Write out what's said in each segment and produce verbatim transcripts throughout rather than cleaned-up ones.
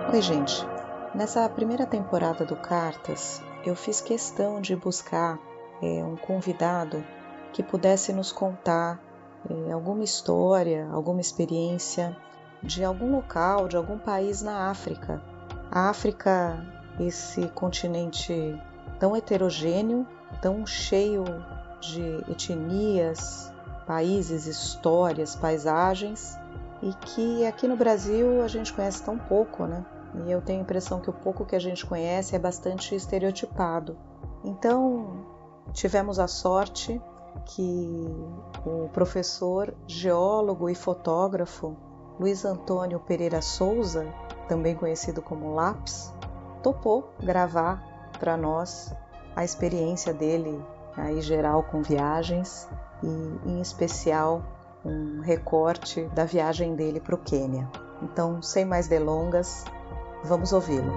Oi, gente. Nessa primeira temporada do Cartas, eu fiz questão de buscar é, um convidado que pudesse nos contar é, alguma história, alguma experiência de algum local, de algum país na África. A África, esse continente tão heterogêneo, tão cheio de etnias, países, histórias, paisagens, e que aqui no Brasil a gente conhece tão pouco, né? E eu tenho a impressão que o pouco que a gente conhece é bastante estereotipado. Então, tivemos a sorte que o professor, geólogo e fotógrafo Luiz Antônio Pereira Souza, também conhecido como Laps, topou gravar para nós a experiência dele aí geral com viagens e, em especial, um recorte da viagem dele para o Quênia. Então, sem mais delongas, vamos ouvi-lo.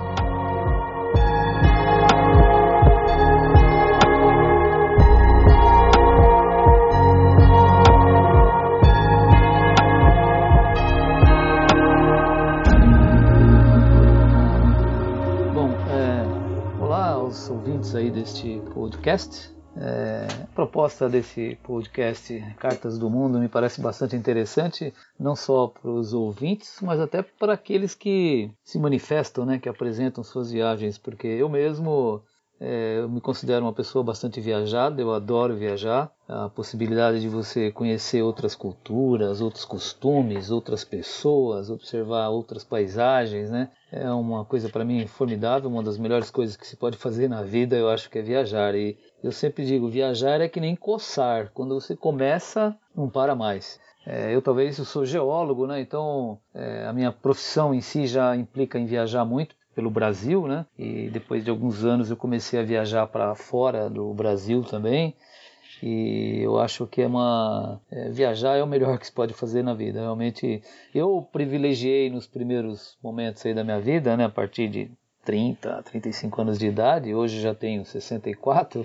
Bom, é, olá aos ouvintes aí deste podcast. É, a proposta desse podcast Cartas do Mundo me parece bastante interessante, não só para os ouvintes, mas até para aqueles que se manifestam, né, que apresentam suas viagens, porque eu mesmo é, eu me considero uma pessoa bastante viajada, eu adoro viajar, a possibilidade de você conhecer outras culturas, outros costumes, outras pessoas, observar outras paisagens, né, é uma coisa para mim formidável, uma das melhores coisas que se pode fazer na vida, eu acho que é viajar. E eu sempre digo, viajar é que nem coçar, quando você começa, não para mais. É, eu talvez eu sou geólogo, né? Então é, a minha profissão em si já implica em viajar muito pelo Brasil, né? E depois de alguns anos eu comecei a viajar para fora do Brasil também. E eu acho que é uma é, viajar é o melhor que se pode fazer na vida. Realmente eu privilegiei nos primeiros momentos aí da minha vida, né? A partir de trinta, trinta e cinco anos de idade, hoje já tenho sessenta e quatro,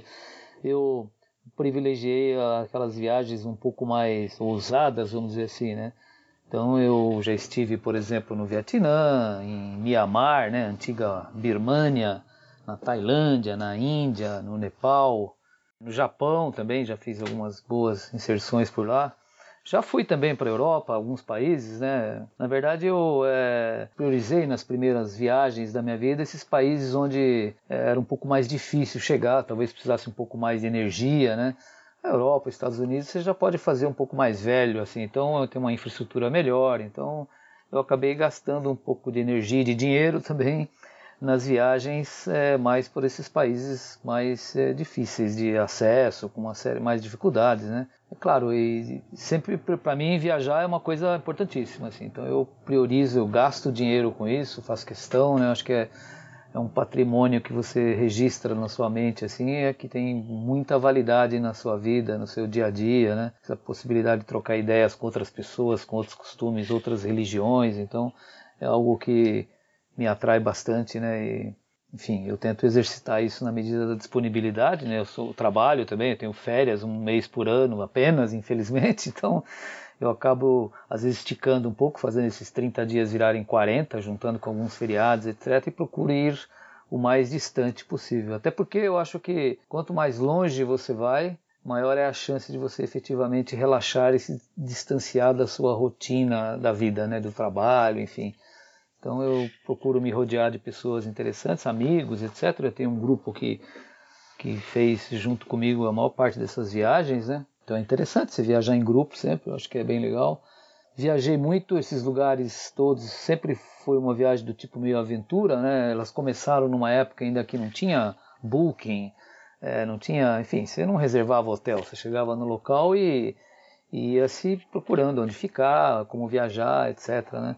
eu privilegiei aquelas viagens um pouco mais ousadas, vamos dizer assim, né? Então eu já estive, por exemplo, no Vietnã, em Mianmar, né, antiga Birmânia, na Tailândia, na Índia, no Nepal, no Japão também, já fiz algumas boas inserções por lá. Já fui também para a Europa, alguns países, né? Na verdade, eu é, priorizei nas primeiras viagens da minha vida esses países onde era um pouco mais difícil chegar, talvez precisasse um pouco mais de energia, né? A Europa, os Estados Unidos, você já pode fazer um pouco mais velho, assim, então tem uma infraestrutura melhor, então eu acabei gastando um pouco de energia e de dinheiro também nas viagens é, mais por esses países mais é, difíceis de acesso, com uma série mais dificuldades, né? É claro, e sempre para mim viajar é uma coisa importantíssima, assim, então eu priorizo, eu gasto dinheiro com isso, faço questão, né? Acho que é, é um patrimônio que você registra na sua mente, assim, é que tem muita validade na sua vida, no seu dia a dia, né? Essa possibilidade de trocar ideias com outras pessoas, com outros costumes, outras religiões, então é algo que me atrai bastante, né? E, enfim, eu tento exercitar isso na medida da disponibilidade, né? Eu sou eu trabalho também, eu tenho férias um mês por ano apenas, infelizmente, então eu acabo às vezes esticando um pouco, fazendo esses trinta dias virarem quarenta, juntando com alguns feriados, etcétera, e procuro ir o mais distante possível. Até porque eu acho que quanto mais longe você vai, maior é a chance de você efetivamente relaxar e se distanciar da sua rotina da vida, né? Do trabalho, enfim. Então eu procuro me rodear de pessoas interessantes, amigos, etcétera. Eu tenho um grupo que, que fez junto comigo a maior parte dessas viagens, né? Então é interessante você viajar em grupo sempre, eu acho que é bem legal. Viajei muito esses lugares todos, sempre foi uma viagem do tipo meio aventura, né? Elas começaram numa época ainda que não tinha booking, é, não tinha, enfim, você não reservava hotel, você chegava no local e, e ia se procurando onde ficar, como viajar, etcétera, né?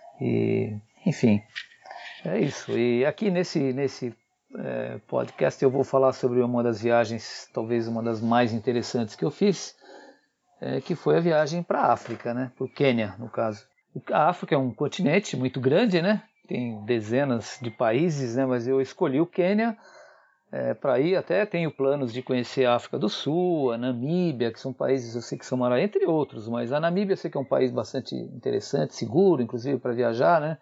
E, enfim, é isso. E aqui nesse, nesse é, podcast eu vou falar sobre uma das viagens, talvez uma das mais interessantes que eu fiz, é, que foi a viagem para a África, né? Para o Quênia, no caso. A África é um continente muito grande, né? Tem dezenas de países, né? Mas eu escolhi o Quênia é, para ir. Até tenho planos de conhecer a África do Sul, a Namíbia, que são países eu sei que são maravilhosos, entre outros. Mas a Namíbia eu sei que é um país bastante interessante, seguro, inclusive para viajar, né?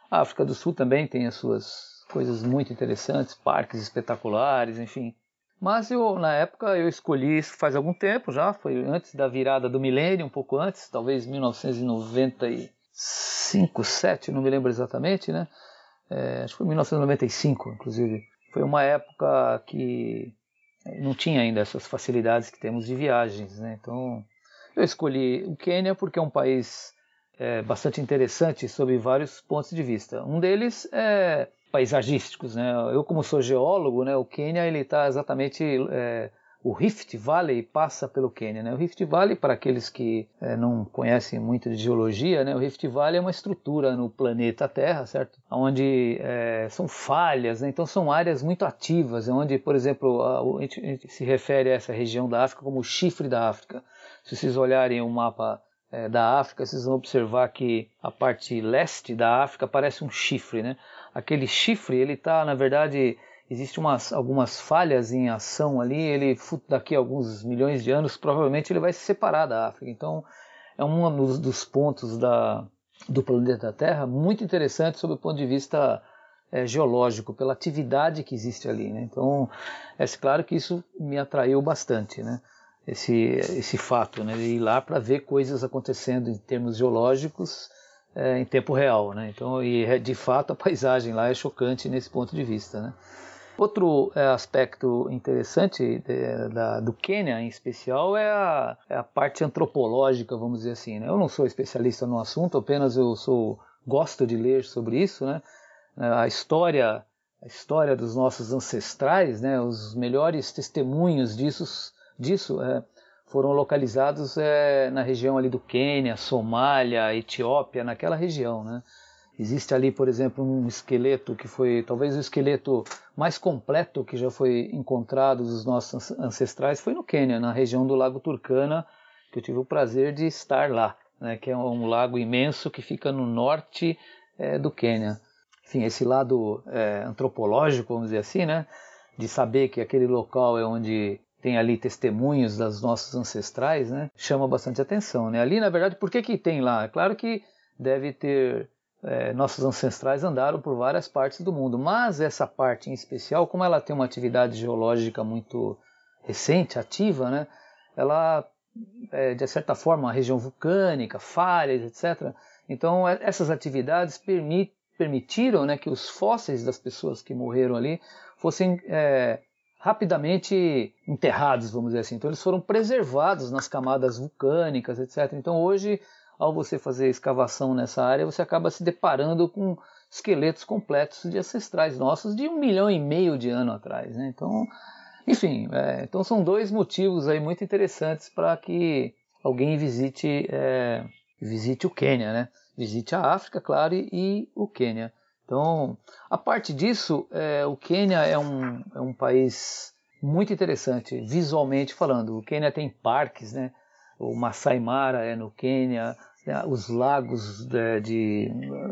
A África do Sul também tem as suas coisas muito interessantes, parques espetaculares, enfim. Mas eu, na época, eu escolhi isso faz algum tempo já, foi antes da virada do milênio, um pouco antes, talvez mil novecentos e noventa e cinco, sete, não me lembro exatamente, né? É, acho que foi mil novecentos e noventa e cinco, inclusive. Foi uma época que não tinha ainda essas facilidades que temos de viagens, né? Então, eu escolhi o Quênia porque é um país é, bastante interessante sob vários pontos de vista. Um deles é paisagísticos, né? Eu, como sou geólogo, né, o Quênia ele está exatamente é, o Rift Valley passa pelo Quênia, né? O Rift Valley, para aqueles que é, não conhecem muito de geologia, né, o Rift Valley é uma estrutura no planeta Terra, certo? Onde é, são falhas, né? Então são áreas muito ativas, onde, por exemplo, a, a, gente, a gente se refere a essa região da África como o chifre da África. Se vocês olharem o mapa é, da África, vocês vão observar que a parte leste da África parece um chifre, né? Aquele chifre, ele está, na verdade, existe umas, algumas falhas em ação ali, ele daqui a alguns milhões de anos, provavelmente ele vai se separar da África. Então, é um dos, dos pontos da, do planeta Terra muito interessante sob o ponto de vista é, geológico, pela atividade que existe ali, né? Então, é claro que isso me atraiu bastante, né? Esse, esse fato, né, de ir lá para ver coisas acontecendo em termos geológicos é, em tempo real, né? Então, e de fato a paisagem lá é chocante nesse ponto de vista, né? Outro é, aspecto interessante de, da, do Quênia em especial é a, é a parte antropológica, vamos dizer assim, né? Eu não sou especialista no assunto, apenas eu sou gosto de ler sobre isso, né? A história, a história dos nossos ancestrais, né? Os melhores testemunhos disso disso é, foram localizados é, na região ali do Quênia, Somália, Etiópia, naquela região, né? Existe ali, por exemplo, um esqueleto que foi talvez o esqueleto mais completo que já foi encontrado dos nossos ancestrais, foi no Quênia, na região do Lago Turkana, que eu tive o prazer de estar lá, né? Que é um lago imenso que fica no norte é, do Quênia. Enfim, esse lado é, antropológico, vamos dizer assim, né? De saber que aquele local é onde tem ali testemunhos das nossos ancestrais, né? Chama bastante atenção, né? Ali, na verdade, por que que tem lá? É claro que deve ter... É, nossos ancestrais andaram por várias partes do mundo, mas essa parte em especial, como ela tem uma atividade geológica muito recente, ativa, né? Ela é, de certa forma, uma região vulcânica, falhas, etcétera. Então, essas atividades permit, permitiram, né, que os fósseis das pessoas que morreram ali fossem... É, rapidamente enterrados, vamos dizer assim. Então eles foram preservados nas camadas vulcânicas, etcétera. Então hoje, ao você fazer escavação nessa área, você acaba se deparando com esqueletos completos de ancestrais nossos de um milhão e meio de anos atrás, né? Então, enfim, é, então são dois motivos aí muito interessantes para que alguém visite, é, visite o Quênia, né? Visite a África, claro, e, e o Quênia. Então, a parte disso, é, o Quênia é um, é um país muito interessante, visualmente falando. O Quênia tem parques, né? O Masai Mara é no Quênia, né? Os lagos de, de,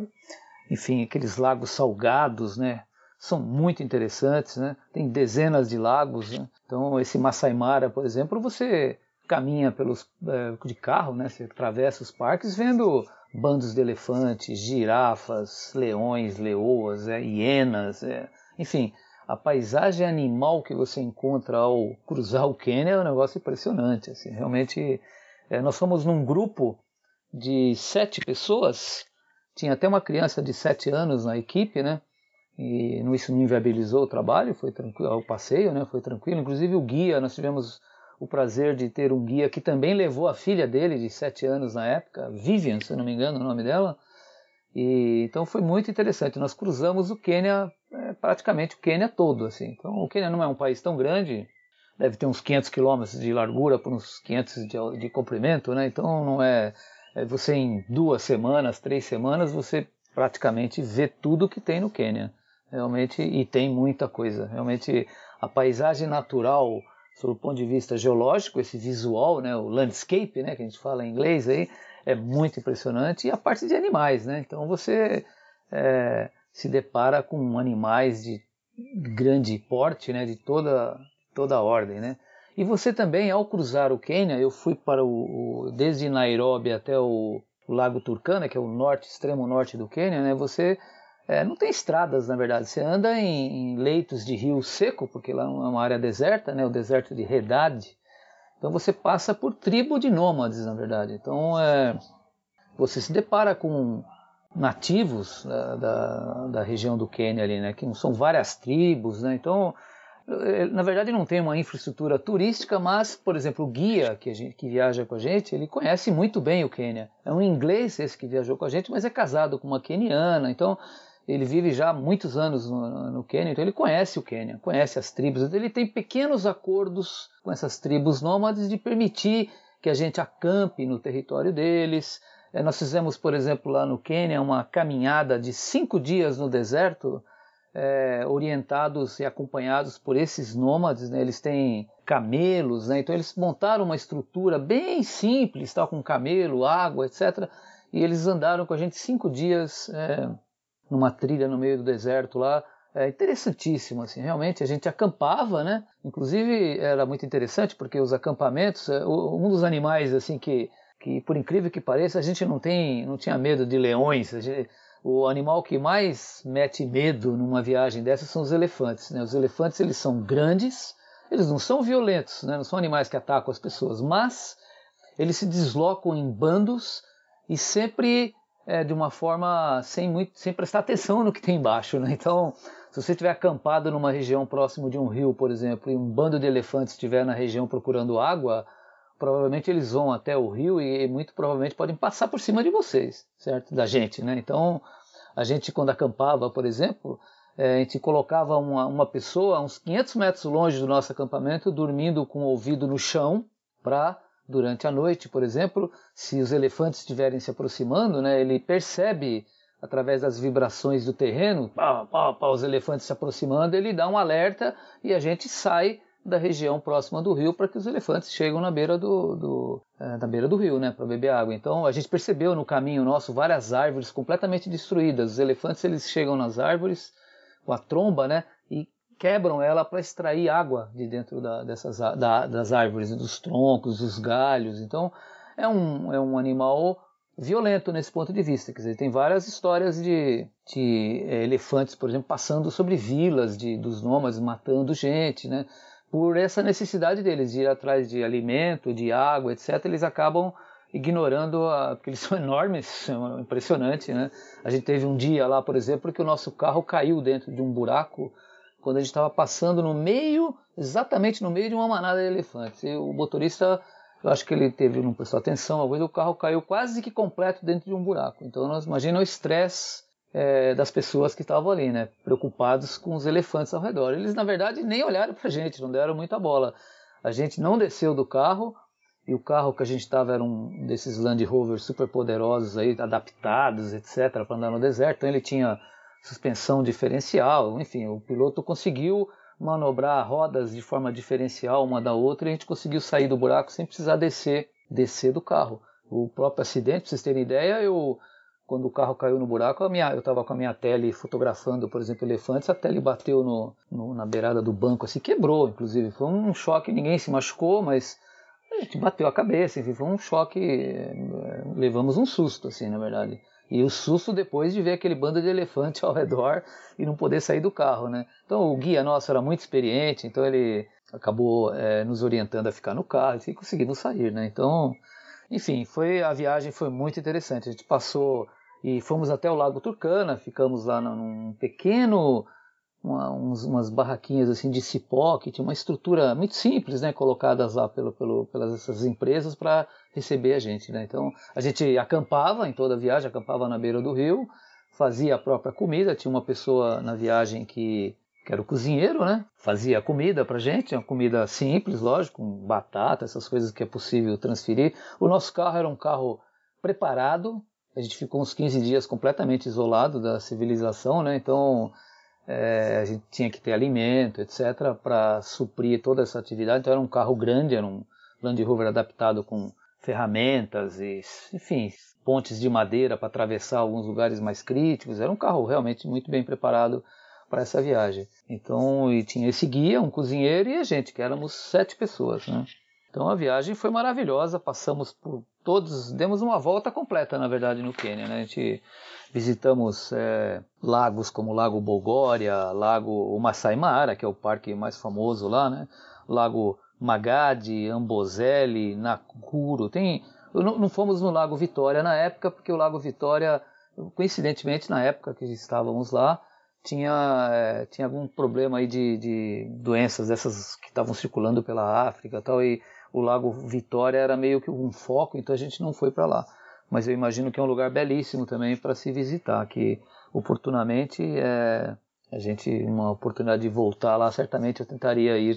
enfim, aqueles lagos salgados, né? São muito interessantes, né? Tem dezenas de lagos, né? Então, esse Masai Mara, por exemplo, você caminha pelos, é, de carro, né? Você atravessa os parques vendo bandos de elefantes, girafas, leões, leoas, é, hienas, é, enfim, a paisagem animal que você encontra ao cruzar o Quênia é um negócio impressionante. Assim, realmente, é, nós fomos num grupo de sete pessoas, tinha até uma criança de sete anos na equipe, né? E isso não inviabilizou o trabalho, foi tranquilo, o passeio, né? Foi tranquilo. Inclusive o guia, nós tivemos o prazer de ter um guia que também levou a filha dele, de sete anos na época, Vivian, se eu não me engano o nome dela, e então foi muito interessante. Nós cruzamos o Quênia, é, praticamente o Quênia todo, assim. Então o Quênia não é um país tão grande, deve ter uns quinhentos quilômetros de largura por uns quinhentos de, de comprimento, né? Então não é, é você em duas semanas, três semanas, você praticamente vê tudo que tem no Quênia, realmente, e tem muita coisa. Realmente a paisagem natural, sob o ponto de vista geológico, esse visual, né, o landscape, né, que a gente fala em inglês aí, é muito impressionante, e a parte de animais, né? Então você é, se depara com animais de grande porte, né, de toda, toda a ordem, né? E você também, ao cruzar o Quênia, eu fui para o, o desde Nairobi até o, o Lago Turkana, que é o norte, extremo norte do Quênia, né? Você É, não tem estradas, na verdade. Você anda em, em leitos de rio seco, porque lá é uma área deserta, né, o deserto de Redad. Então você passa por tribo de nômades, na verdade. Então é, você se depara com nativos da, da, da região do Quênia ali, né, que são várias tribos, né. Então, na verdade, não tem uma infraestrutura turística, mas, por exemplo, o guia que, a gente, que viaja com a gente, ele conhece muito bem o Quênia. É um inglês esse que viajou com a gente, mas é casado com uma queniana, então ele vive já há muitos anos no, no Quênia, então ele conhece o Quênia, conhece as tribos, então ele tem pequenos acordos com essas tribos nômades de permitir que a gente acampe no território deles. É, nós fizemos, por exemplo, lá no Quênia, uma caminhada de cinco dias no deserto, É, orientados e acompanhados por esses nômades, né? Eles têm camelos, né? Então eles montaram uma estrutura bem simples, tal, com camelo, água, etcétera. E eles andaram com a gente cinco dias é, numa trilha no meio do deserto lá. É interessantíssimo, assim, realmente a gente acampava, né? Inclusive era muito interessante porque os acampamentos, um dos animais assim que, que por incrível que pareça, a gente não tem, não tinha medo de leões. A gente, o animal que mais mete medo numa viagem dessa são os elefantes, né? Os elefantes, eles são grandes, eles não são violentos, né? Não são animais que atacam as pessoas, mas eles se deslocam em bandos e sempre é, de uma forma sem, muito, sem prestar atenção no que tem embaixo, né? Então, se você estiver acampado numa região próximo de um rio, por exemplo, e um bando de elefantes estiver na região procurando água, provavelmente eles vão até o rio e muito provavelmente podem passar por cima de vocês, certo? Da gente, né? Então, a gente quando acampava, por exemplo, a gente colocava uma, uma pessoa uns quinhentos metros longe do nosso acampamento, dormindo com o ouvido no chão, para, durante a noite, por exemplo, se os elefantes estiverem se aproximando, né, ele percebe, através das vibrações do terreno, pá, pá, pá, os elefantes se aproximando, ele dá um alerta e a gente sai da região próxima do rio para que os elefantes cheguem na beira do, do, é, na beira do rio, né, para beber água. Então a gente percebeu no caminho nosso várias árvores completamente destruídas. Os elefantes eles chegam nas árvores com a tromba, né, e quebram ela para extrair água de dentro da, dessas, da, das árvores, dos troncos, dos galhos. Então é um, é um animal violento nesse ponto de vista. Quer dizer, tem várias histórias de, de é, elefantes, por exemplo, passando sobre vilas de, dos nômades, matando gente, né? Por essa necessidade deles de ir atrás de alimento, de água, etcétera, eles acabam ignorando, a, porque eles são enormes, é impressionante, né? A gente teve um dia lá, por exemplo, que o nosso carro caiu dentro de um buraco, quando a gente estava passando no meio, exatamente no meio de uma manada de elefantes. E o motorista, eu acho que ele teve, não prestou atenção, às vezes o carro caiu quase que completo dentro de um buraco. Então nós imaginamos o estresse É, das pessoas que estavam ali, né, preocupados com os elefantes ao redor. Eles, na verdade, nem olharam para a gente, não deram muita bola. A gente não desceu do carro, e o carro que a gente estava era um desses Land Rovers super poderosos, aí, adaptados, etcétera, para andar no deserto. Então ele tinha suspensão diferencial, enfim, o piloto conseguiu manobrar rodas de forma diferencial uma da outra, e a gente conseguiu sair do buraco sem precisar descer, descer do carro. O próprio acidente, para vocês terem ideia, eu... Quando o carro caiu no buraco, a minha, eu estava com a minha tele fotografando, por exemplo, elefantes, a tele bateu no, no, na beirada do banco, assim, quebrou, inclusive. Foi um choque, ninguém se machucou, mas a gente bateu a cabeça, enfim, foi um choque, levamos um susto, assim, na verdade. E o susto depois de ver aquele bando de elefante ao redor e não poder sair do carro, né? Então o guia nosso era muito experiente, então ele acabou é, nos orientando a ficar no carro e conseguimos sair, né? Então... Enfim, foi, a viagem foi muito interessante. A gente passou e fomos até o Lago Turkana, ficamos lá num pequeno, uma, uns, umas barraquinhas assim de cipó, que tinha uma estrutura muito simples, né, colocadas lá pelo, pelo, pelas essas empresas para receber a gente, né? Então a gente acampava em toda a viagem, acampava na beira do rio, fazia a própria comida, tinha uma pessoa na viagem que... que era o cozinheiro, né? Fazia a comida pra gente, uma comida simples, lógico, com batata, essas coisas que é possível transferir. O nosso carro era um carro preparado, a gente ficou uns quinze dias completamente isolado da civilização, né? Então é, a gente tinha que ter alimento, etcétera, para suprir toda essa atividade. Então era um carro grande, era um Land Rover adaptado com ferramentas e, enfim, pontes de madeira para atravessar alguns lugares mais críticos. Era um carro realmente muito bem preparado para essa viagem. Então, e tinha esse guia, um cozinheiro e a gente, que éramos sete pessoas, né? Então a viagem foi maravilhosa, passamos por todos, demos uma volta completa, na verdade, no Quênia, né? A gente visitamos é, lagos como o Lago Bogoria, Lago o Masai Mara, que é o parque mais famoso lá, né? Lago Magadi, Amboseli, Nakuru, tem... Não, não fomos no Lago Vitória na época, porque o Lago Vitória, coincidentemente, na época que estávamos lá, tinha, é, tinha algum problema aí de, de doenças dessas que estavam circulando pela África e tal, e o Lago Vitória era meio que um foco, então a gente não foi para lá. Mas eu imagino que é um lugar belíssimo também para se visitar, que oportunamente, é, a gente, uma oportunidade de voltar lá, certamente eu tentaria ir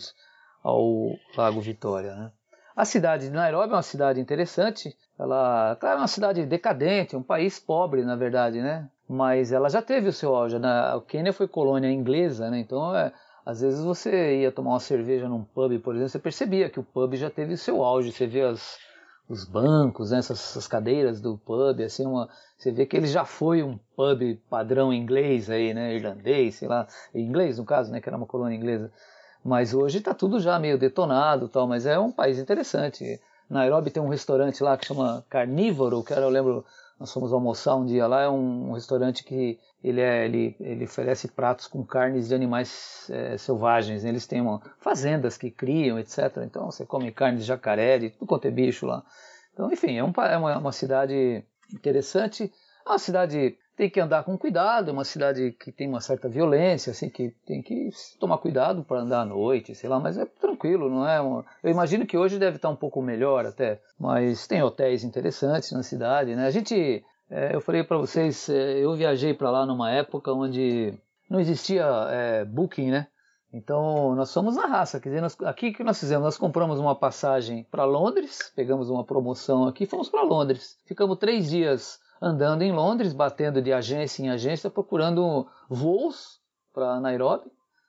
ao Lago Vitória, né? A cidade de Nairobi é uma cidade interessante, ela tá, é uma cidade decadente, um país pobre, na verdade, né? Mas ela já teve o seu auge. O Quênia foi colônia inglesa, né? Então, é, às vezes você ia tomar uma cerveja num pub, por exemplo, você percebia que o pub já teve o seu auge. Você vê as, os bancos, né? essas, essas cadeiras do pub, assim, uma, você vê que ele já foi um pub padrão inglês aí, né? Irlandês, sei lá, inglês no caso, né? Que era uma colônia inglesa. Mas hoje está tudo já meio detonado, tal, mas é um país interessante. Nairobi tem um restaurante lá que chama Carnívoro, que era, eu lembro, nós fomos almoçar um dia lá, é um, um restaurante que ele, é, ele, ele oferece pratos com carnes de animais é, selvagens, né? Eles têm uma, fazendas que criam, etcétera. Então você come carne de jacaré, de tudo quanto é bicho lá. Então, enfim, é, um, é uma, uma cidade interessante, é uma cidade... Tem que andar com cuidado, é uma cidade que tem uma certa violência, assim, que tem que tomar cuidado para andar à noite, sei lá, mas é tranquilo, não é? Uma... Eu imagino que hoje deve estar um pouco melhor até, mas tem hotéis interessantes na cidade, né? A gente, é, eu falei para vocês, é, eu viajei para lá numa época onde não existia é, booking, né? Então nós fomos na raça, quer dizer, nós, aqui que nós fizemos, nós compramos uma passagem para Londres, pegamos uma promoção aqui e fomos para Londres. Ficamos três dias andando em Londres, batendo de agência em agência, procurando voos para Nairobi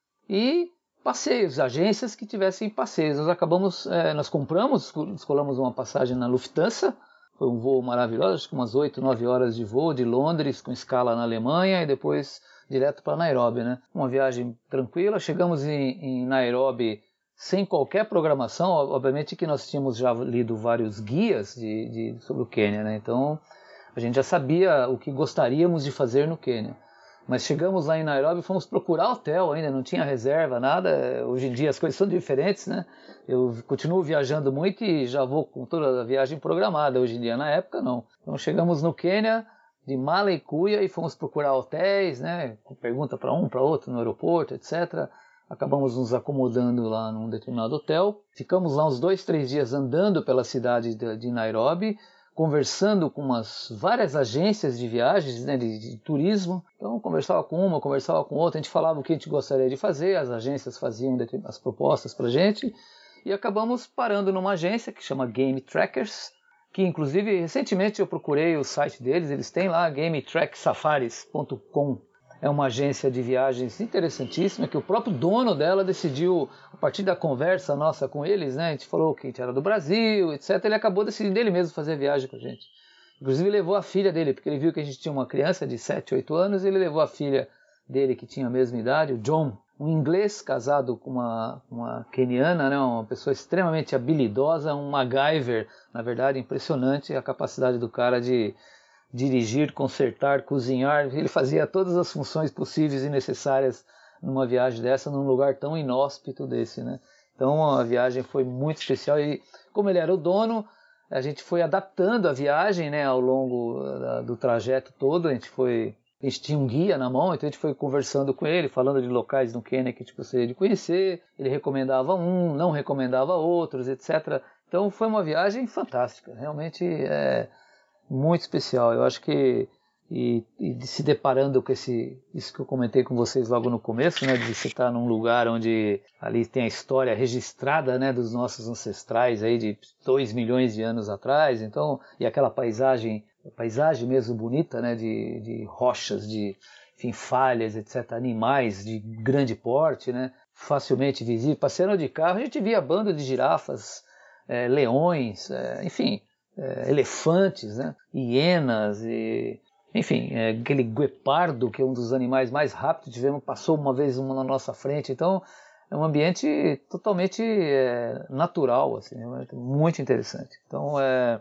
e passeios, agências que tivessem passeios. Nós acabamos, é, nós compramos, escolhemos uma passagem na Lufthansa, foi um voo maravilhoso, acho que umas oito, nove horas de voo de Londres, com escala na Alemanha e depois direto para Nairobi, né? Uma viagem tranquila, chegamos em, em Nairobi sem qualquer programação, obviamente que nós tínhamos já lido vários guias de, de, sobre o Quênia, né? Então a gente já sabia o que gostaríamos de fazer no Quênia. Mas chegamos lá em Nairobi, fomos procurar hotel ainda, não tinha reserva, nada. Hoje em dia as coisas são diferentes, né? Eu continuo viajando muito e já vou com toda a viagem programada hoje em dia. Na época, não. Então chegamos no Quênia, de mala e cuia, e fomos procurar hotéis, né? Pergunta para um, para outro, no aeroporto, etcétera. Acabamos nos acomodando lá num determinado hotel. Ficamos lá uns dois, três dias andando pela cidade de, de Nairobi, conversando com umas várias agências de viagens, né, de, de turismo. Então conversava com uma, conversava com outra, a gente falava o que a gente gostaria de fazer, as agências faziam as propostas para a gente, e acabamos parando numa agência que chama Game Trackers, que inclusive recentemente eu procurei o site deles, eles têm lá game track safaris ponto com. É uma agência de viagens interessantíssima, que o próprio dono dela decidiu, a partir da conversa nossa com eles, né, a gente falou que a gente era do Brasil, etcétera, ele acabou decidindo ele mesmo fazer viagem com a gente. Inclusive levou a filha dele, porque ele viu que a gente tinha uma criança de sete, oito anos, e ele levou a filha dele, que tinha a mesma idade, o John, um inglês casado com uma, uma queniana, né, uma pessoa extremamente habilidosa, um MacGyver, na verdade, impressionante a capacidade do cara de dirigir, consertar, cozinhar. Ele fazia todas as funções possíveis e necessárias numa viagem dessa, num lugar tão inóspito desse, né? Então a viagem foi muito especial e como ele era o dono, a gente foi adaptando a viagem, né, ao longo do trajeto todo. A gente foi, a gente tinha um guia na mão, então a gente foi conversando com ele, falando de locais no Quênia que a gente gostaria de conhecer. Ele recomendava um, não recomendava outros, etcétera. Então foi uma viagem fantástica, realmente é muito especial. Eu acho que e, e se deparando com esse, isso que eu comentei com vocês logo no começo, né, de você estar num lugar onde ali tem a história registrada, né, dos nossos ancestrais aí de dois milhões de anos atrás, então, e aquela paisagem, paisagem mesmo bonita, né, de, de rochas, de, enfim, falhas, etcétera, animais de grande porte, né, facilmente visível. Passeando de carro, a gente via bando de girafas, é, leões, é, enfim, é, elefantes, né, hienas e enfim, é, aquele guepardo, que é um dos animais mais rápidos, tivemos, passou uma vez uma na nossa frente. Então é um ambiente totalmente é, natural, assim, muito interessante. Então é,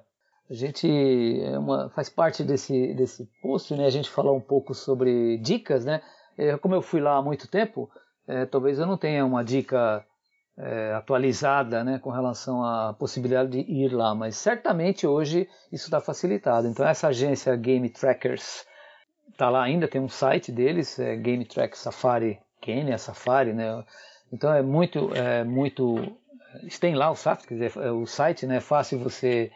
A gente é uma, faz parte desse, desse post, né? A gente falar um pouco sobre dicas, né? É, como eu fui lá há muito tempo, é, talvez eu não tenha uma dica é, atualizada, né, com relação à possibilidade de ir lá, mas certamente hoje isso está facilitado. Então essa agência Game Trackers está lá ainda, tem um site deles, é Game Track Safari Kenya, Safari, né? Então é muito, é muito, tem lá o site, quer dizer, o site, né, é fácil você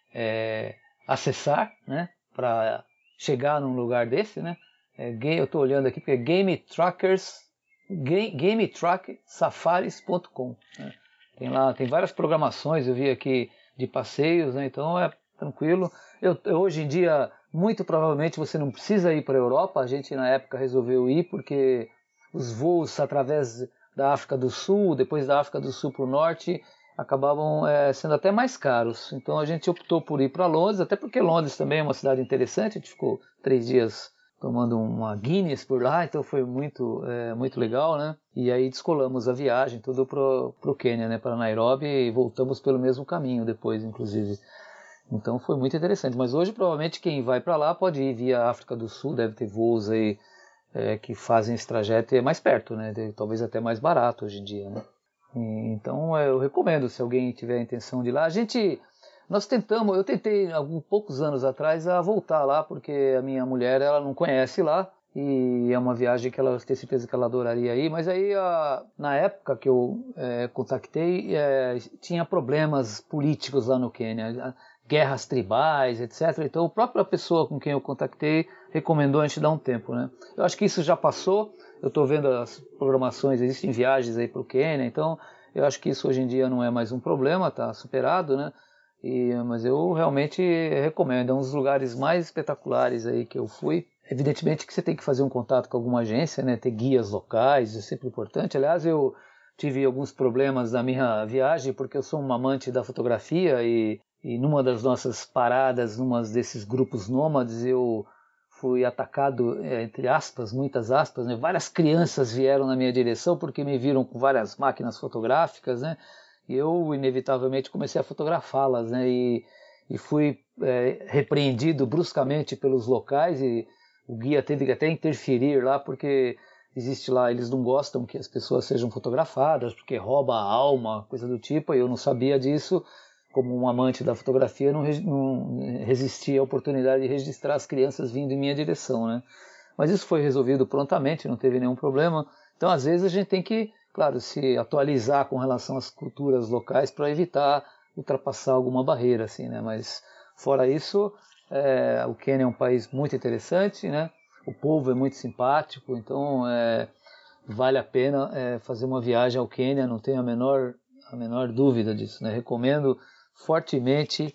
é, acessar, né, para chegar num lugar desse, né? É, eu estou olhando aqui porque é Game Trackers, game, game track safaris ponto com, né? Tem lá, tem várias programações, eu vi aqui de passeios, né? Então é tranquilo. Eu, hoje em dia, muito provavelmente você não precisa ir para a Europa. A gente na época resolveu ir porque os voos através da África do Sul, depois da África do Sul para o norte, acabavam é, sendo até mais caros. Então a gente optou por ir para Londres, até porque Londres também é uma cidade interessante. A gente ficou três dias tomando uma Guinness por lá, então foi muito, é, muito legal, né? E aí descolamos a viagem tudo pro, pro Quênia, né? Para Nairobi, e voltamos pelo mesmo caminho depois, inclusive. Então foi muito interessante. Mas hoje provavelmente quem vai para lá pode ir via África do Sul, deve ter voos aí é, que fazem esse trajeto e é mais perto, né? Talvez até mais barato hoje em dia, né? E, então eu recomendo, se alguém tiver a intenção de ir lá. A gente Nós tentamos, eu tentei alguns poucos anos atrás a voltar lá, porque a minha mulher ela não conhece lá, e é uma viagem que ela tem certeza que ela adoraria ir, mas aí a, na época que eu é, contactei, é, tinha problemas políticos lá no Quênia, guerras tribais, etcétera. Então a própria pessoa com quem eu contactei recomendou a gente dar um tempo, né? Eu acho que isso já passou, eu estou vendo as programações, existem viagens aí para o Quênia, então eu acho que isso hoje em dia não é mais um problema, está superado, né? E, mas eu realmente recomendo, é um dos lugares mais espetaculares aí que eu fui. Evidentemente que você tem que fazer um contato com alguma agência, né, ter guias locais, é sempre importante. Aliás, eu tive alguns problemas na minha viagem, porque eu sou um amante da fotografia e, e numa das nossas paradas, numa desses grupos nômades, eu fui atacado, entre aspas, muitas aspas, né, várias crianças vieram na minha direção porque me viram com várias máquinas fotográficas, né? E eu, inevitavelmente, comecei a fotografá-las, né? E, e fui é, repreendido bruscamente pelos locais, e o guia teve que até interferir lá, porque existe lá, eles não gostam que as pessoas sejam fotografadas, porque rouba a alma, coisa do tipo, e eu não sabia disso. Como um amante da fotografia, não, não resistia à oportunidade de registrar as crianças vindo em minha direção, né? Mas isso foi resolvido prontamente, não teve nenhum problema. Então, às vezes, a gente tem que, claro, se atualizar com relação às culturas locais para evitar ultrapassar alguma barreira, assim, né? Mas fora isso, é, o Quênia é um país muito interessante, né? O povo é muito simpático, então é, vale a pena é, fazer uma viagem ao Quênia, não tenho a menor, a menor dúvida disso, né? Recomendo fortemente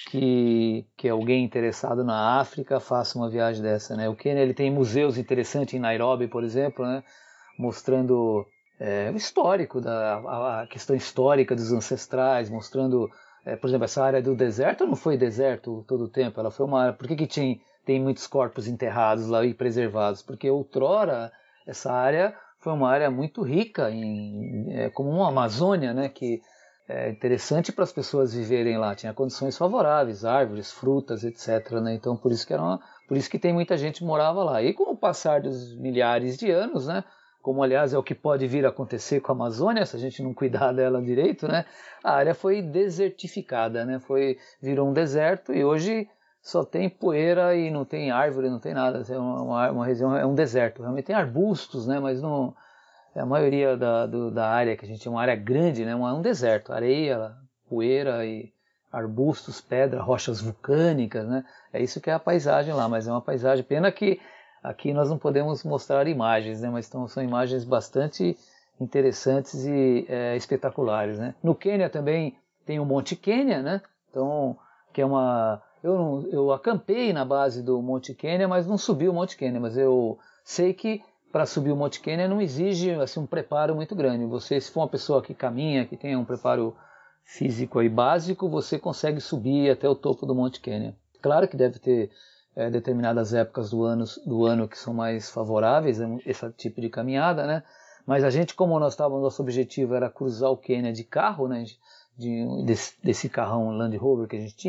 que, que alguém interessado na África faça uma viagem dessa, né? O Quênia ele tem museus interessantes em Nairobi, por exemplo, né? Mostrando é, o histórico, da, a, a questão histórica dos ancestrais, mostrando, é, por exemplo, essa área do deserto não foi deserto todo o tempo, ela foi uma área, por que, que tinha, tem muitos corpos enterrados lá e preservados? Porque outrora essa área foi uma área muito rica, em, é, como uma Amazônia, né, que é interessante para as pessoas viverem lá, tinha condições favoráveis, árvores, frutas, etcétera, né? Então por isso que era uma, por isso que tem muita gente que morava lá. E com o passar dos milhares de anos, né, como aliás é o que pode vir a acontecer com a Amazônia, se a gente não cuidar dela direito, né, a área foi desertificada, né, foi, virou um deserto e hoje só tem poeira e não tem árvore, não tem nada, é uma, uma região, é um deserto, realmente tem arbustos, né, mas não, a maioria da, do, da área que a gente é uma área grande, né, é um deserto, areia, poeira e arbustos, pedra, rochas vulcânicas, né, é isso que é a paisagem lá, mas é uma paisagem, pena que aqui nós não podemos mostrar imagens, né, mas então, são imagens bastante interessantes e é, espetaculares, né. No Quênia também tem o Monte Quênia, né, então, que é uma... Eu, não, eu acampei na base do Monte Quênia, mas não subi o Monte Quênia, mas eu sei que para subir o Monte Quênia não exige assim, um preparo muito grande. Você, se for uma pessoa que caminha, que tem um preparo físico aí básico, você consegue subir até o topo do Monte Quênia. Claro que deve ter é, determinadas épocas do ano, do ano que são mais favoráveis a esse tipo de caminhada, né? Mas a gente, como nós estávamos, nosso objetivo era cruzar o Quênia de carro, né? De, desse, desse carrão Land Rover que a gente tinha,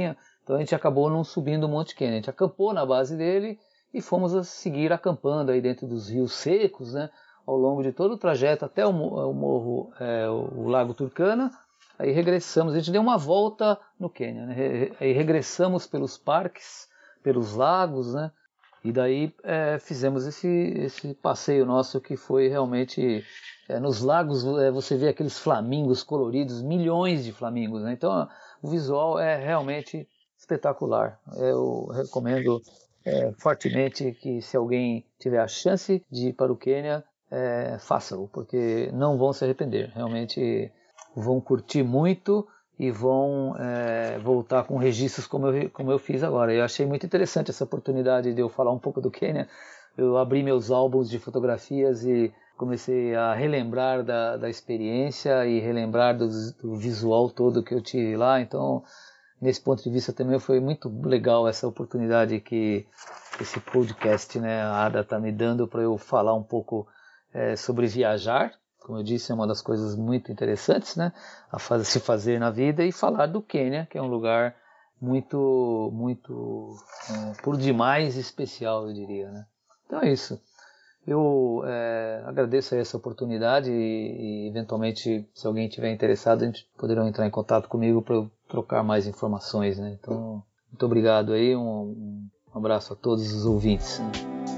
Então a gente acabou não subindo o Monte Kenya, a gente acampou na base dele e fomos a seguir acampando aí dentro dos rios secos, né, ao longo de todo o trajeto até o morro, é, o Lago Turkana. Aí regressamos, a gente deu uma volta no Quênia, né, aí regressamos pelos parques, pelos lagos, né, e daí é, fizemos esse, esse passeio nosso que foi realmente... É, nos lagos é, você vê aqueles flamingos coloridos, milhões de flamingos, né? Então o visual é realmente espetacular. Eu recomendo é, fortemente que se alguém tiver a chance de ir para o Quênia, é, faça-o, porque não vão se arrepender. Realmente vão curtir muito e vão é, voltar com registros como eu, como eu fiz agora. Eu achei muito interessante essa oportunidade de eu falar um pouco do Quênia. Eu abri meus álbuns de fotografias e comecei a relembrar da, da experiência e relembrar do, do visual todo que eu tive lá. Então, nesse ponto de vista também foi muito legal essa oportunidade que esse podcast, né, a Ada está me dando para eu falar um pouco é, sobre viajar. Como eu disse, é uma das coisas muito interessantes, né, a faz, se fazer na vida, e falar do Quênia, que é um lugar muito, muito é, por demais especial, eu diria, né. Então é isso. Eu é, agradeço essa oportunidade e, e, eventualmente, se alguém estiver interessado, a gente poderá entrar em contato comigo para trocar mais informações, né? Então, muito obrigado aí, um, um abraço a todos os ouvintes. Né?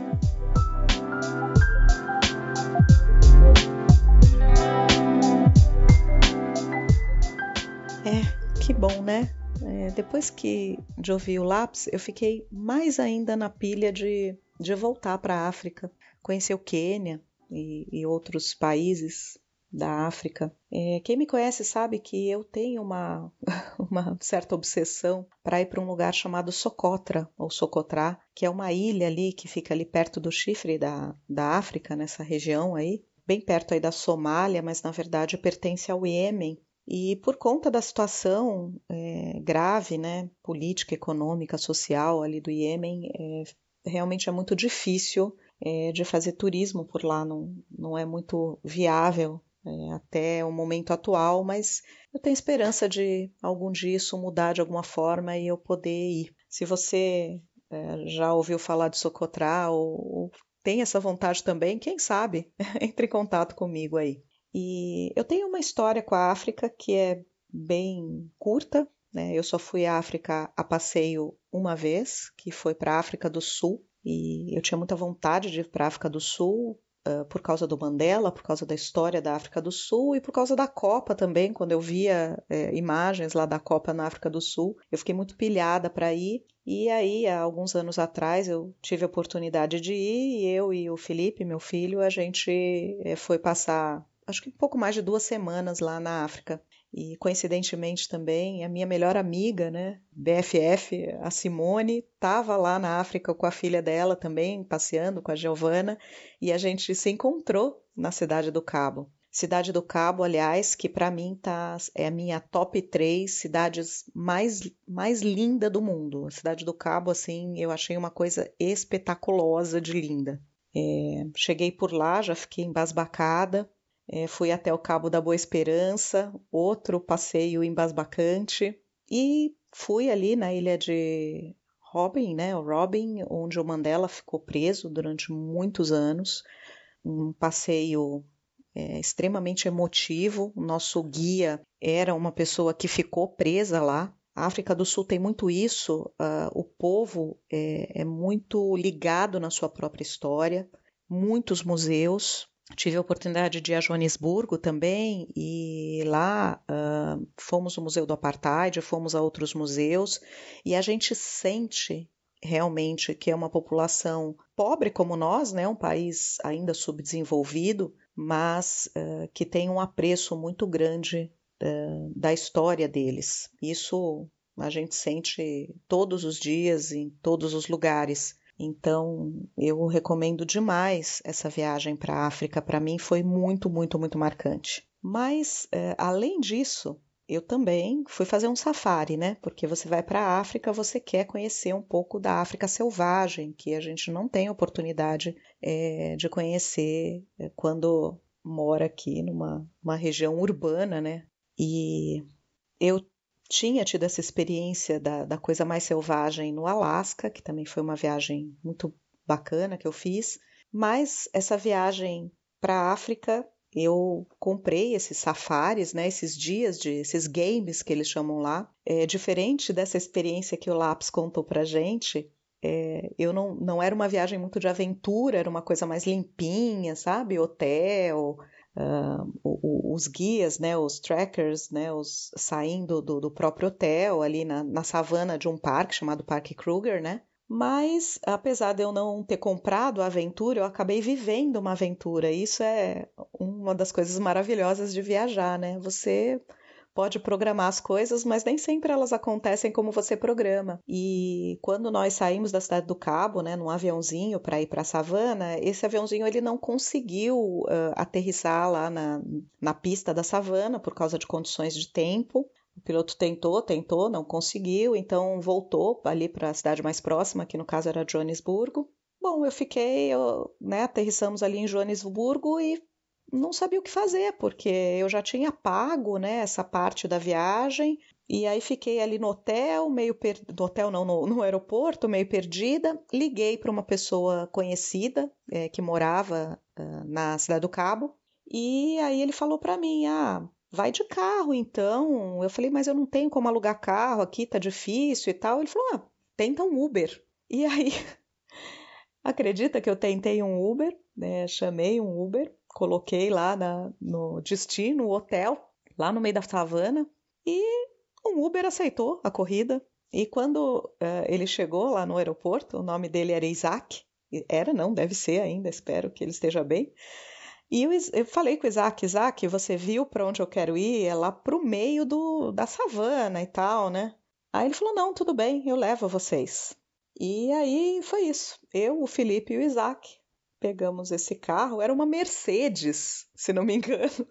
É, que bom, né? É, depois que de ouvir o Lápis, eu fiquei mais ainda na pilha de, de voltar para a África, conhecer o Quênia e, e outros países da África. É, quem me conhece sabe que eu tenho uma, uma certa obsessão para ir para um lugar chamado Socotra, ou Socotrá, que é uma ilha ali que fica ali perto do chifre da, da África, nessa região aí, bem perto aí da Somália, mas na verdade pertence ao Iêmen. E por conta da situação é, grave, né, política, econômica, social ali do Iêmen, é, realmente é muito difícil é, de fazer turismo por lá, não, não é muito viável é, até o momento atual, mas eu tenho esperança de algum dia isso mudar de alguma forma e eu poder ir. Se você é, já ouviu falar de Socotrá ou, ou tem essa vontade também, quem sabe, entre em contato comigo aí. E eu tenho uma história com a África que é bem curta, né? Eu só fui à África a passeio uma vez, que foi para a África do Sul, e eu tinha muita vontade de ir para a África do Sul uh, por causa do Mandela, por causa da história da África do Sul e por causa da Copa também, quando eu via é, imagens lá da Copa na África do Sul, eu fiquei muito pilhada para ir. E aí, há alguns anos atrás, eu tive a oportunidade de ir, e eu e o Felipe, meu filho, a gente é, foi passar acho que um pouco mais de duas semanas lá na África. E coincidentemente também, a minha melhor amiga, né, B F F, a Simone, estava lá na África com a filha dela também, passeando com a Giovana, e a gente se encontrou na Cidade do Cabo. Cidade do Cabo, aliás, que para mim tá, é a minha top três cidades mais, mais linda do mundo. A Cidade do Cabo, assim, eu achei uma coisa espetaculosa de linda. É, cheguei por lá, já fiquei embasbacada. É, fui até o Cabo da Boa Esperança, outro passeio embasbacante, e fui ali na ilha de Robben, né, o Robben, onde o Mandela ficou preso durante muitos anos. Um passeio é, extremamente emotivo. O nosso guia era uma pessoa que ficou presa lá. A África do Sul tem muito isso, uh, o povo é, é muito ligado na sua própria história, muitos museus. Tive a oportunidade de ir a Joanesburgo também, e lá uh, fomos ao Museu do Apartheid, fomos a outros museus, e a gente sente realmente que é uma população pobre como nós, né, um país ainda subdesenvolvido, mas uh, que tem um apreço muito grande uh, da história deles. Isso a gente sente todos os dias, em todos os lugares. Então, eu recomendo demais essa viagem para a África. Para mim foi muito, muito, muito marcante. Mas, é, além disso, eu também fui fazer um safari, né? Porque você vai para a África, você quer conhecer um pouco da África selvagem, que a gente não tem oportunidade é, de conhecer é, quando mora aqui numa uma região urbana, né? E eu tinha tido essa experiência da, da coisa mais selvagem no Alasca, que também foi uma viagem muito bacana que eu fiz, mas essa viagem para a África, eu comprei esses safaris, né, esses dias, de, esses games que eles chamam lá. É, diferente dessa experiência que o Laps contou para gente, é, eu não, não era uma viagem muito de aventura, era uma coisa mais limpinha, sabe? Hotel, uh, o, o, os guias, né, os trackers, né, os, saindo do, do próprio hotel, ali na, na savana de um parque chamado Parque Kruger, né? Mas, apesar de eu não ter comprado a aventura, eu acabei vivendo uma aventura. Isso é uma das coisas maravilhosas de viajar, né? Você pode programar as coisas, mas nem sempre elas acontecem como você programa. E quando nós saímos da Cidade do Cabo, né, num aviãozinho para ir para a savana, esse aviãozinho ele não conseguiu uh, aterrissar lá na, na pista da savana por causa de condições de tempo. O piloto tentou, tentou, não conseguiu, então voltou ali para a cidade mais próxima, que no caso era Joanesburgo. Bom, eu fiquei, eu, né, aterrissamos ali em Joanesburgo e não sabia o que fazer, porque eu já tinha pago, né, essa parte da viagem, e aí fiquei ali no hotel, meio per... no hotel não, no, no aeroporto, meio perdida. Liguei para uma pessoa conhecida é, que morava uh, na Cidade do Cabo, e aí ele falou para mim, ah, vai de carro, então. Eu falei, mas eu não tenho como alugar carro aqui, tá difícil e tal. Ele falou, ah, tenta um Uber. E aí, acredita que eu tentei um Uber, né? Chamei um Uber, coloquei lá na, no destino, o hotel, lá no meio da savana, e um Uber aceitou a corrida. E quando uh, ele chegou lá no aeroporto, o nome dele era Isaac, era não, deve ser ainda, espero que ele esteja bem. E eu, eu falei com o Isaac, Isaac, você viu para onde eu quero ir? É lá para o meio do, da savana e tal, né? Aí ele falou, não, tudo bem, eu levo vocês. E aí foi isso. Eu, o Felipe e o Isaac pegamos esse carro, era uma Mercedes, se não me engano,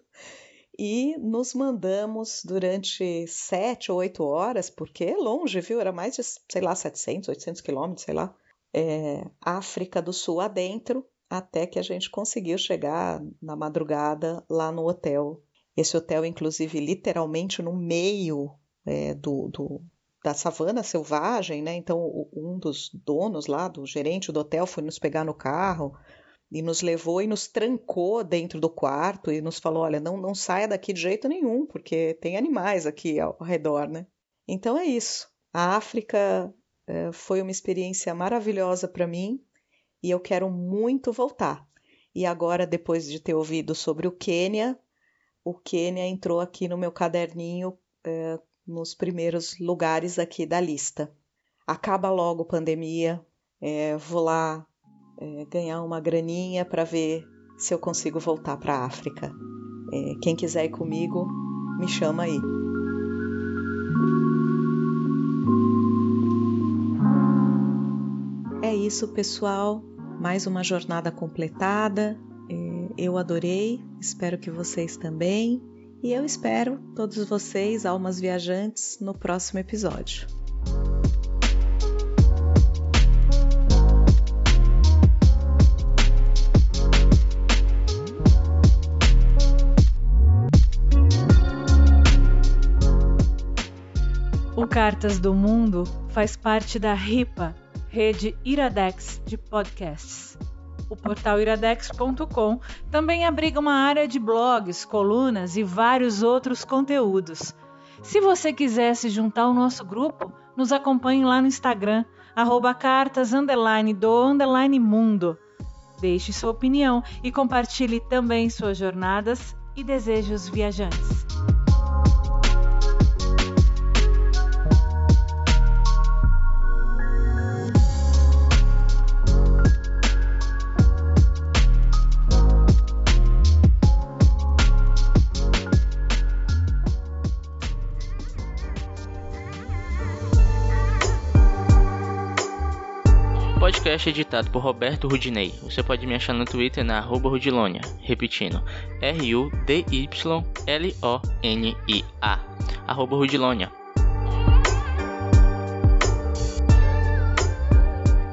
e nos mandamos durante sete ou oito horas, porque é longe, viu? Era mais de, sei lá, setecentos, oitocentos quilômetros, sei lá, é, África do Sul adentro, até que a gente conseguiu chegar na madrugada lá no hotel. Esse hotel, inclusive, literalmente no meio é, do, do, da savana selvagem, né? Então, um dos donos lá, do gerente do hotel, foi nos pegar no carro e nos levou e nos trancou dentro do quarto e nos falou, olha, não, não saia daqui de jeito nenhum, porque tem animais aqui ao, ao redor, né? Então é isso. A África é, foi uma experiência maravilhosa para mim, e eu quero muito voltar. E agora, depois de ter ouvido sobre o Quênia, o Quênia entrou aqui no meu caderninho, eh, nos primeiros lugares aqui da lista. Acaba logo a pandemia, eh, vou lá eh, ganhar uma graninha para ver se eu consigo voltar para a África. Eh, quem quiser ir comigo, me chama aí. É isso, pessoal. Mais uma jornada completada, eu adorei, espero que vocês também, e eu espero todos vocês, almas viajantes, no próximo episódio. O Cartas do Mundo faz parte da RIPA, Rede Iradex de podcasts. O portal iradex ponto com também abriga uma área de blogs, colunas e vários outros conteúdos. Se você quiser se juntar ao nosso grupo, nos acompanhe lá no Instagram, arroba cartas underline do underline mundo. Deixe sua opinião e compartilhe também suas jornadas e desejos viajantes. O podcast é editado por Roberto Rudinei. Você pode me achar no Twitter na arroba Rudilonia, repetindo, R U D Y L O N I A, arroba Rudilonia. É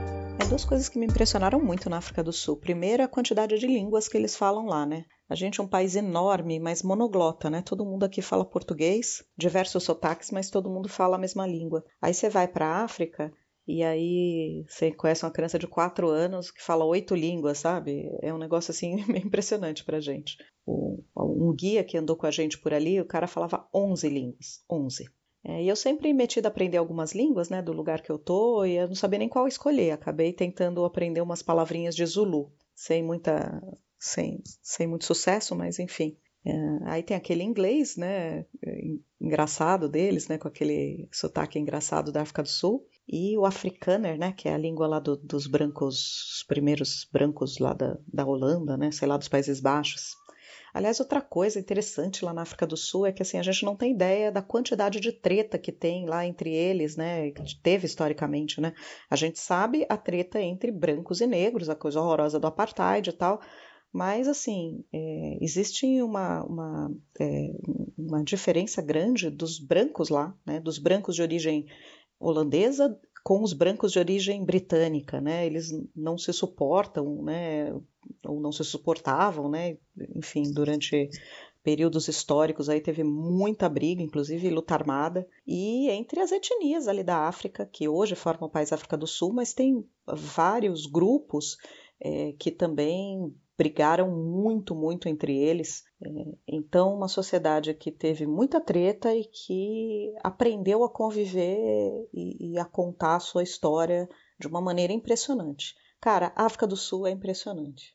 duas coisas que me impressionaram muito na África do Sul. Primeiro, a quantidade de línguas que eles falam lá, né? A gente é um país enorme, mas monoglota, né? Todo mundo aqui fala português, diversos sotaques, mas todo mundo fala a mesma língua. Aí você vai para a África e aí você conhece uma criança de quatro anos que fala oito línguas, sabe? É um negócio assim meio impressionante pra gente. O, um guia que andou com a gente por ali, o cara falava onze línguas, onze. É, e eu sempre metido a aprender algumas línguas, né, do lugar que eu tô, e eu não sabia nem qual escolher. Acabei tentando aprender umas palavrinhas de Zulu, sem muita, sem, sem muito sucesso, mas enfim. É, aí tem aquele inglês, né, engraçado deles, né, com aquele sotaque engraçado da África do Sul, e o Afrikaner, né, que é a língua lá do, dos brancos, os primeiros brancos lá da, da Holanda, né, sei lá, dos Países Baixos. Aliás, outra coisa interessante lá na África do Sul é que assim, a gente não tem ideia da quantidade de treta que tem lá entre eles, né? Que teve historicamente, né? A gente sabe a treta entre brancos e negros, a coisa horrorosa do apartheid e tal, mas assim, é, existe uma, uma, é, uma diferença grande dos brancos lá, né? Dos brancos de origem holandesa com os brancos de origem britânica, né? Eles não se suportam, né? Ou não se suportavam, né? Enfim, durante períodos históricos aí teve muita briga, inclusive luta armada, e entre as etnias ali da África, que hoje formam o país África do Sul, mas tem vários grupos é, que também brigaram muito, muito entre eles. É, então, uma sociedade que teve muita treta e que aprendeu a conviver e, e a contar a sua história de uma maneira impressionante. Cara, a África do Sul é impressionante.